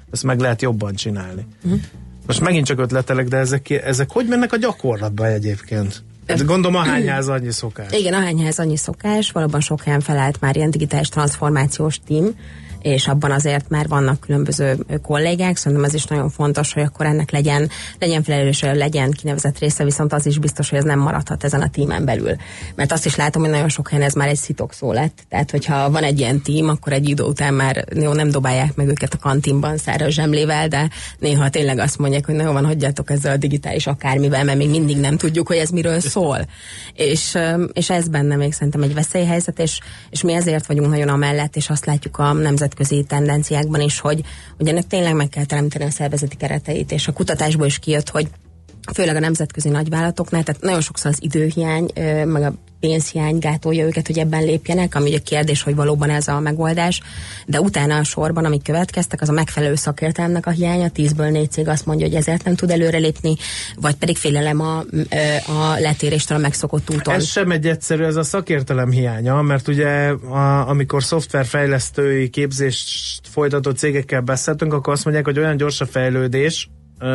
ezt meg lehet jobban csinálni. Most megint csak ötletelek, de ezek hogy mennek a gyakorlatba egyébként? Gondolom ahányház annyi szokás. Igen, ahányház annyi szokás, valóban sok helyen felállt már ilyen digitális transformációs tím, és abban azért már vannak különböző kollégák, szerintem ez is nagyon fontos, hogy akkor ennek legyen felelős, legyen kinevezett része, viszont az is biztos, hogy ez nem maradhat ezen a tímen belül. Mert azt is látom, hogy nagyon sok helyen ez már egy szitokszó lett. Tehát, hogyha van egy ilyen tím, akkor egy idő után már nem dobálják meg őket a kantinban száraz zsemlével, de néha tényleg azt mondják, hogy nagyon van, hagyjátok ezzel a digitális akármivel, mert még mindig nem tudjuk, hogy ez miről szól. És ez benne még szerintem egy veszélyhelyzet, és mi ezért vagyunk nagyon amellett, és azt látjuk a nemzetközi tendenciákban is, hogy ennek tényleg meg kell teremteni a szervezeti kereteit, és a kutatásból is kijött, hogy főleg a nemzetközi nagyvállalatoknál, tehát nagyon sokszor az időhiány, meg a pénzhiány gátolja őket, hogy ebben lépjenek, ami ugye kérdés, hogy valóban ez a megoldás, de utána a sorban, amik következtek, az a megfelelő szakértelemnek a hiánya, 10-ből 4 cég azt mondja, hogy ezért nem tud előrelépni, vagy pedig félelem a letéréstől a megszokott úton. Ez sem egy egyszerű, ez a szakértelem hiánya, mert ugye amikor szoftverfejlesztői képzést folytató cégekkel beszéltünk, akkor azt mondják, hogy olyan gyors a fejlődés,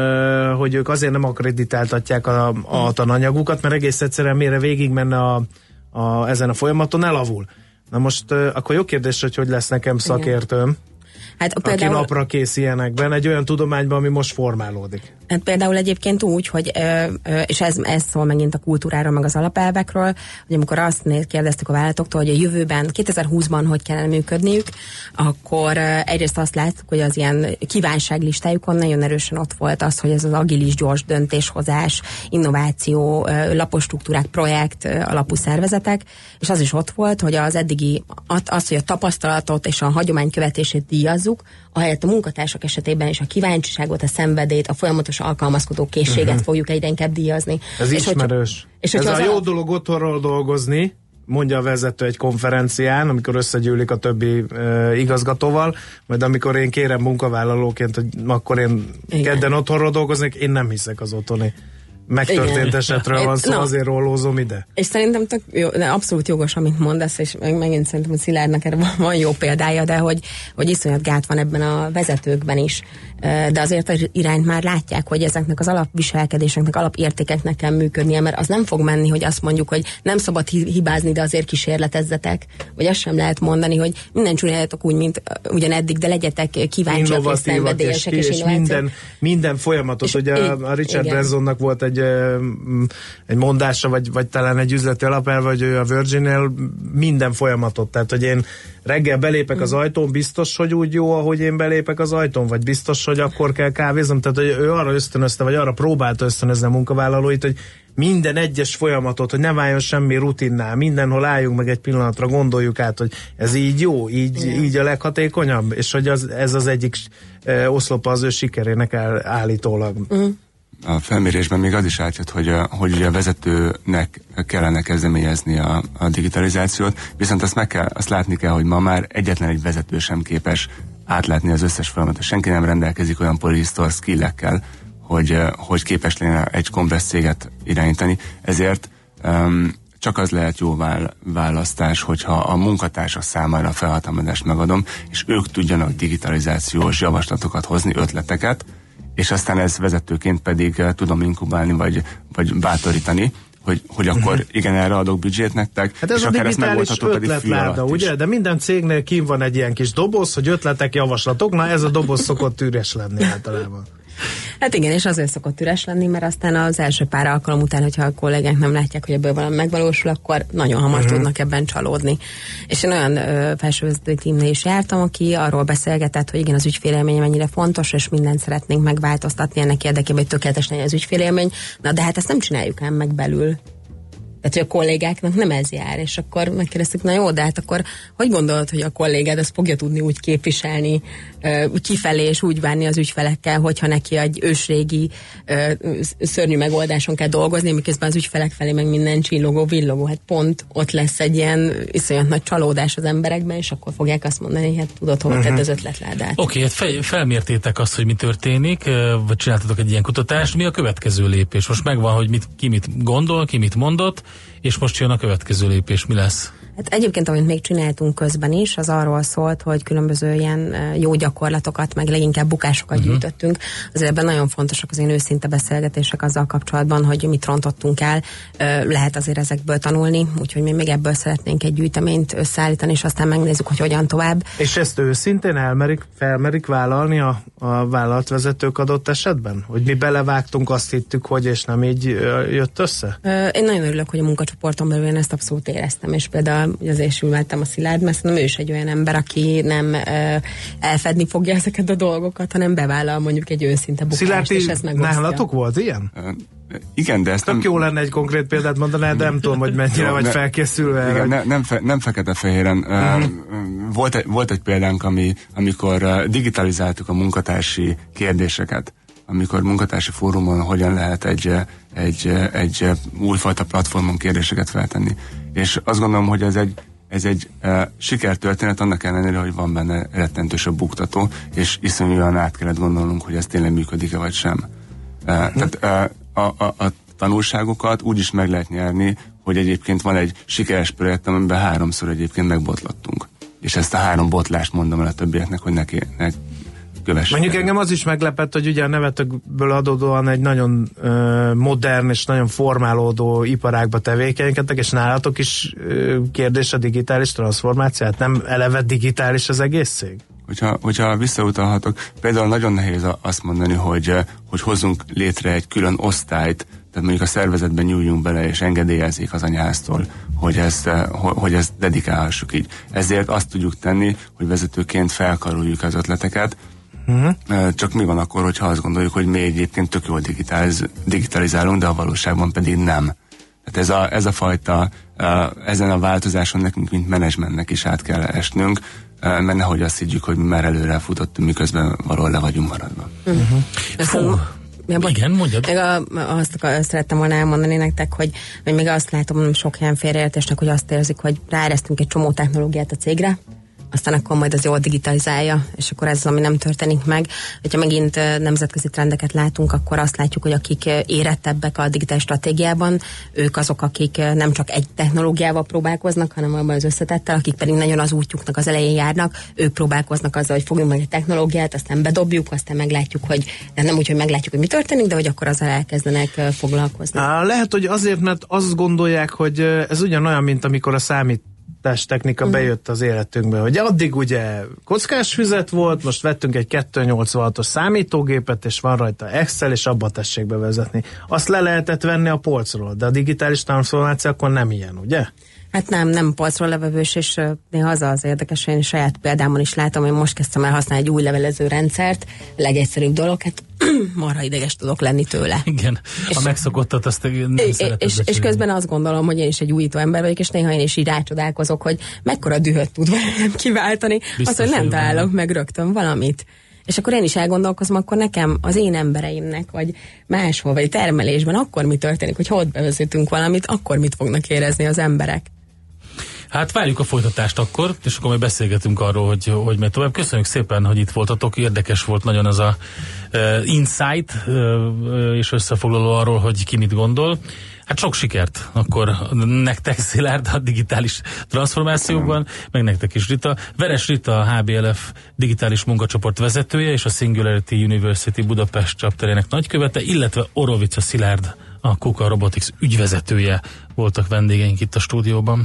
hogy ők azért nem akkreditáltatják a tananyagukat, mert egész egyszerűen mire végig menne ezen a folyamaton, elavul. Na most akkor jó kérdés, hogy lesz nekem szakértőm, hát aki napra kész ilyenekben, egy olyan tudományban, ami most formálódik. Hát például egyébként úgy, hogy, és ez szól megint a kultúráról, meg az alapelvekről, hogy amikor azt kérdeztük a vállalatoktól, hogy a jövőben, 2020-ban hogy kellene működniük, akkor egyrészt azt láttuk, hogy az ilyen kívánságlistájukon nagyon erősen ott volt az, hogy ez az agilis, gyors döntéshozás, innováció, lapos struktúrák, projekt alapú szervezetek, és az is ott volt, hogy az eddigi, az, hogy a tapasztalatot és a hagyomány követését díjazzuk, ahelyett a munkatársak esetében is a kíváncsiságot, a szenvedélyt, a folyamatos alkalmazkodó készséget fogjuk egyre inkább díjazni. Ez ismerős. Ez a jó dolog otthonról dolgozni, mondja a vezető egy konferencián, amikor összegyűlik a többi igazgatóval, majd amikor én kérem munkavállalóként, hogy akkor én kedden otthonról dolgoznék, én nem hiszek az otthoni megtörtént esetről van szó, azért rólózom ide. És szerintem abszolút jogos, amit mondasz, és megint szerintem, hogy Szilárdnak erre van jó példája, de hogy iszonyat gát van ebben a vezetőkben is. De azért az irányt már látják, hogy ezeknek az alapviselkedéseknek, alapértékeknek kell működnie, mert az nem fog menni, hogy azt mondjuk, hogy nem szabad hibázni, de azért kísérletezzetek. Vagy azt sem lehet mondani, hogy mindent csináljatok úgy, mint ugyaneddig, de legyetek kíváncsiak és szenvedélyesek és minden folyamatos. Ugye a Richard Bransonnak volt egy mondása, vagy talán egy üzleti alapelve, hogy ő a Virgin-nél minden folyamatot, tehát hogy én reggel belépek az ajtón, biztos, hogy úgy jó, ahogy én belépek az ajtón, vagy biztos, hogy akkor kell kávéznom, tehát hogy ő arra ösztönözte, vagy arra próbálta ösztönözni a munkavállalóit, hogy minden egyes folyamatot, hogy ne váljon semmi rutinná, mindenhol álljunk meg egy pillanatra, gondoljuk át, hogy ez így jó, így a leghatékonyabb, és hogy ez az egyik oszlopa az ő sikerének állítólag. A felmérésben még az is átjött, hogy ugye a vezetőnek kellene kezdeményezni a digitalizációt, viszont azt látni kell, hogy ma már egyetlen egy vezető sem képes átlátni az összes folyamatot. Senki nem rendelkezik olyan polihisztor skillekkel, hogy képes lenne egy komplex céget irányítani. Ezért csak az lehet jó választás, hogyha a munkatársak számára a felhatalmazást megadom, és ők tudjanak digitalizációs javaslatokat hozni, ötleteket, és aztán ez vezetőként pedig tudom inkubálni, vagy bátorítani, hogy akkor igen, erre adok büdzsét nektek, hát ez és akár ezt megoldható pedig fű alatt ugye? De minden cégnél kín van egy ilyen kis doboz, hogy ötletek, javaslatok, na ez a doboz szokott üres lenni általában. Hát igen, és azért szokott üres lenni, mert aztán az első pár alkalom után, hogyha a kollégák nem látják, hogy ebből valami megvalósul, akkor nagyon hamar tudnak ebben csalódni. És én olyan felsővezetői tímnél is jártam, aki arról beszélgetett, hogy igen, az ügyfélélmény mennyire fontos, és mindent szeretnénk megváltoztatni ennek érdekében, hogy tökéletes legyen az ügyfélélmény. Na de hát ezt nem csináljuk ám meg belül. Tehát, hogy a kollégáknak nem ez jár, és akkor megkérdeztük, na jó, de hát akkor hogy gondolod, hogy a kollégád azt fogja tudni úgy képviselni kifelé, és úgy bánni az ügyfelekkel, hogyha neki egy ősrégi szörnyű megoldáson kell dolgozni, miközben az ügyfelek felé meg minden csillogó, villogó, hát pont ott lesz egy ilyen iszonyat nagy csalódás az emberekben, és akkor fogják azt mondani, hogy hát tudod, hol tedd az ötletládát. Oké, hát felmértétek azt, hogy mi történik, vagy csináltatok egy ilyen kutatást, mi a következő lépés? Most megvan, hogy ki mit gondol, ki mit mondott, és most jön a következő lépés, mi lesz? Hát egyébként, amit még csináltunk közben is, az arról szólt, hogy különböző ilyen jó gyakorlatokat, meg leginkább bukásokat gyűjtöttünk. Azért ebben nagyon fontosak az én őszinte beszélgetések azzal kapcsolatban, hogy mit rontottunk el. Lehet azért ezekből tanulni, úgyhogy mi még ebből szeretnénk egy gyűjteményt összeállítani, és aztán megnézzük, hogy hogyan tovább. És ezt őszintén felmerik vállalni a vállalatvezetők adott esetben? Hogy mi belevágtunk, azt hittük, hogy és nem így jött össze? Én nagyon örülök, hogy a munkacsoporton belül én ezt abszolút éreztem, és például azért is ülmeltem a Szilárd, mert szerintem ő is egy olyan ember, aki nem elfedni fogja ezeket a dolgokat, hanem bevállal mondjuk egy őszinte bukást, és ezt megosztja. Nálatok volt ilyen? Igen, de ezt nem... jó lenne egy konkrét példát mondani, de nem tudom, hogy mennyire vagy felkészülve. Igen, nem fekete-fehéren. Volt egy példánk, amikor digitalizáltuk a munkatársi kérdéseket, amikor munkatársi fórumon hogyan lehet egy újfajta platformon kérdéseket feltenni. És azt gondolom, hogy ez egy sikertörténet, annak ellenére, hogy van benne rettentősebb buktató, és iszonyúan át kellett gondolnunk, hogy ez tényleg működik-e vagy sem. Tehát a tanulságokat úgy is meg lehet nyerni, hogy egyébként van egy sikeres projekt, amiben 3-szor egyébként megbotlottunk. És ezt a 3 botlást mondom el a többieknek, hogy ne kövessék. Mondjuk engem az is meglepett, hogy ugye a nevetekből adódóan egy nagyon modern és nagyon formálódó iparágba tevékenykedtek, és nálatok is kérdés a digitális transformáció? Nem eleve digitális az egész cég? Hogyha visszautalhatok, például nagyon nehéz azt mondani, hogy hozzunk létre egy külön osztályt, tehát mondjuk a szervezetben nyúljunk bele és engedélyezzék az anyaháztól, hogy ezt dedikálhassuk így. Ezért azt tudjuk tenni, hogy vezetőként felkaroljuk az ötleteket, csak mi van akkor, hogyha azt gondoljuk, hogy mi egyébként tök jól digitalizálunk, de a valóságban pedig nem. Tehát ez a fajta, ezen a változáson nekünk, mint menedzsmentnek is át kell esnünk, mert nehogy azt higgyük, hogy mi már előre futottunk, miközben valahol le vagyunk maradva. Igen, mondjad. Azt szerettem volna elmondani nektek, hogy még azt látom sok helyen félreértésnek, hogy azt érzik, hogy ráeresztünk egy csomó technológiát a cégre, aztán akkor majd az jól digitalizálja, és akkor ez, ami nem történik meg. Hogyha megint nemzetközi trendeket látunk, akkor azt látjuk, hogy akik érettebbek a digitális stratégiában, ők azok, akik nem csak egy technológiával próbálkoznak, hanem abban az összetettel, akik pedig nagyon az útjuknak az elején járnak, ők próbálkoznak azzal, hogy fogjunk meg egy technológiát, aztán bedobjuk, aztán meglátjuk, hogy nem úgy, hogy meglátjuk, hogy mi történik, de hogy akkor azzal elkezdenek foglalkozni. Lehet, hogy azért, mert azt gondolják, hogy ez ugyanolyan, mint amikor a számítástechnika bejött az életünkbe, hogy addig ugye kockás füzet volt, most vettünk egy 286-os számítógépet, és van rajta Excel, és abba tessék bevezetni. Azt le lehetett venni a polcról, de a digitális transformáció akkor nem ilyen, ugye? Hát nem polcról levevős, és néha az érdekes, én saját példámon is látom, hogy most kezdtem el használni egy új levelező rendszert, legegyszerűbb dolog, hát marha ideges tudok lenni tőle. Igen, a megszokottat azt nem szereted és közben azt gondolom, hogy én is egy újító ember vagyok, és néha én is így rácsodálkozok, hogy mekkora dühöt tud velem kiváltani, azt, hogy nem találok meg rögtön valamit. És akkor én is elgondolkozom, akkor nekem, az én embereimnek, vagy máshol, vagy termelésben, akkor mi történik, hogy ott bevezetünk valamit, akkor mit fognak érezni az emberek? Hát várjuk a folytatást akkor, és akkor majd beszélgetünk arról, hogy megy tovább. Köszönjük szépen, hogy itt voltatok, érdekes volt nagyon az a insight és összefoglaló arról, hogy ki mit gondol. Hát sok sikert akkor nektek, Szilárd, a digitális transformációkban, meg nektek is, Rita. Veres Rita, a HBLF digitális munkacsoport vezetője és a Singularity University Budapest chapterének nagykövete, illetve Orovica Szilárd, a KUKA Robotics ügyvezetője voltak vendégeink itt a stúdióban.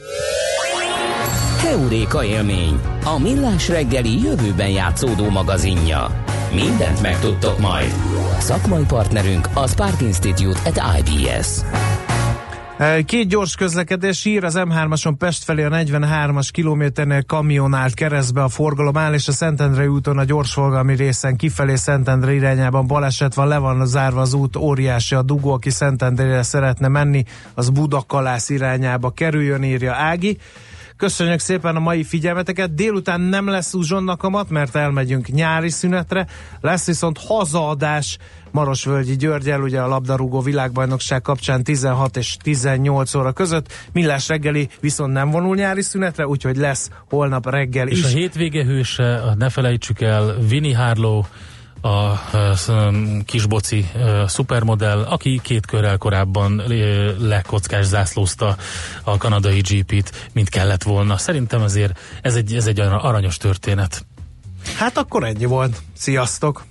Heuréka élmény, a Millás reggeli jövőben játszódó magazinja. Mindent megtudtok majd. Szakmai partnerünk a Spark Institute at IBS. Két gyors közlekedés ír, az M3-ason Pest felé a 43-as kilométernél kamion állt keresztbe, a forgalom áll, és a Szentendrei úton a gyorsforgalmi részen kifelé Szentendre irányában baleset van, le van zárva az út, óriási a dugó, aki Szentendrére szeretne menni, az Budakalász irányába kerüljön, írja Ági. Köszönjük szépen a mai figyelmeteket, délután nem lesz uzsonnakamat, mert elmegyünk nyári szünetre, lesz viszont hazaadás Marosvölgyi Györgyel, ugye a labdarúgó világbajnokság kapcsán 16 és 18 óra között. Millás reggeli viszont nem vonul nyári szünetre, úgyhogy lesz holnap reggel és is. És a hétvége hőse, ne felejtsük el, Vinnie Harlow, a kisboci szupermodell, aki 2 körrel korábban lekockás zászlózta a kanadai GP-t, mint kellett volna. Szerintem azért ez egy aranyos történet. Hát akkor ennyi volt. Sziasztok!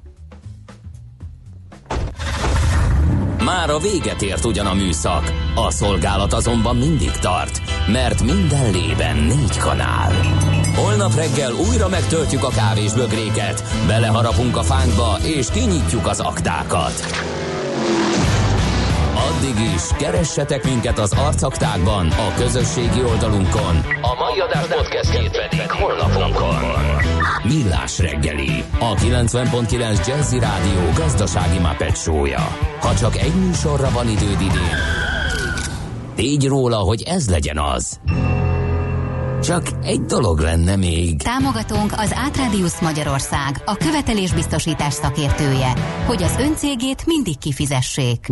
Már a véget ért ugyan a műszak, a szolgálat azonban mindig tart, mert minden lében 4 kanál. Holnap reggel újra megtöltjük a kávésbögréket, beleharapunk a fánkba és kinyitjuk az aktákat. Addig is keressetek minket az arcaktákban, a közösségi oldalunkon. A mai adás podcastjét pedig honlapunkon. Millás reggeli, a 90.9 Jazzy Rádió gazdasági Muppet show-ja. Ha csak egy műsorra van időd idén, tégy róla, hogy ez legyen az. Csak egy dolog lenne még. Támogatónk az Atradius Magyarország, a követelésbiztosítás szakértője, hogy az öncégét mindig kifizessék.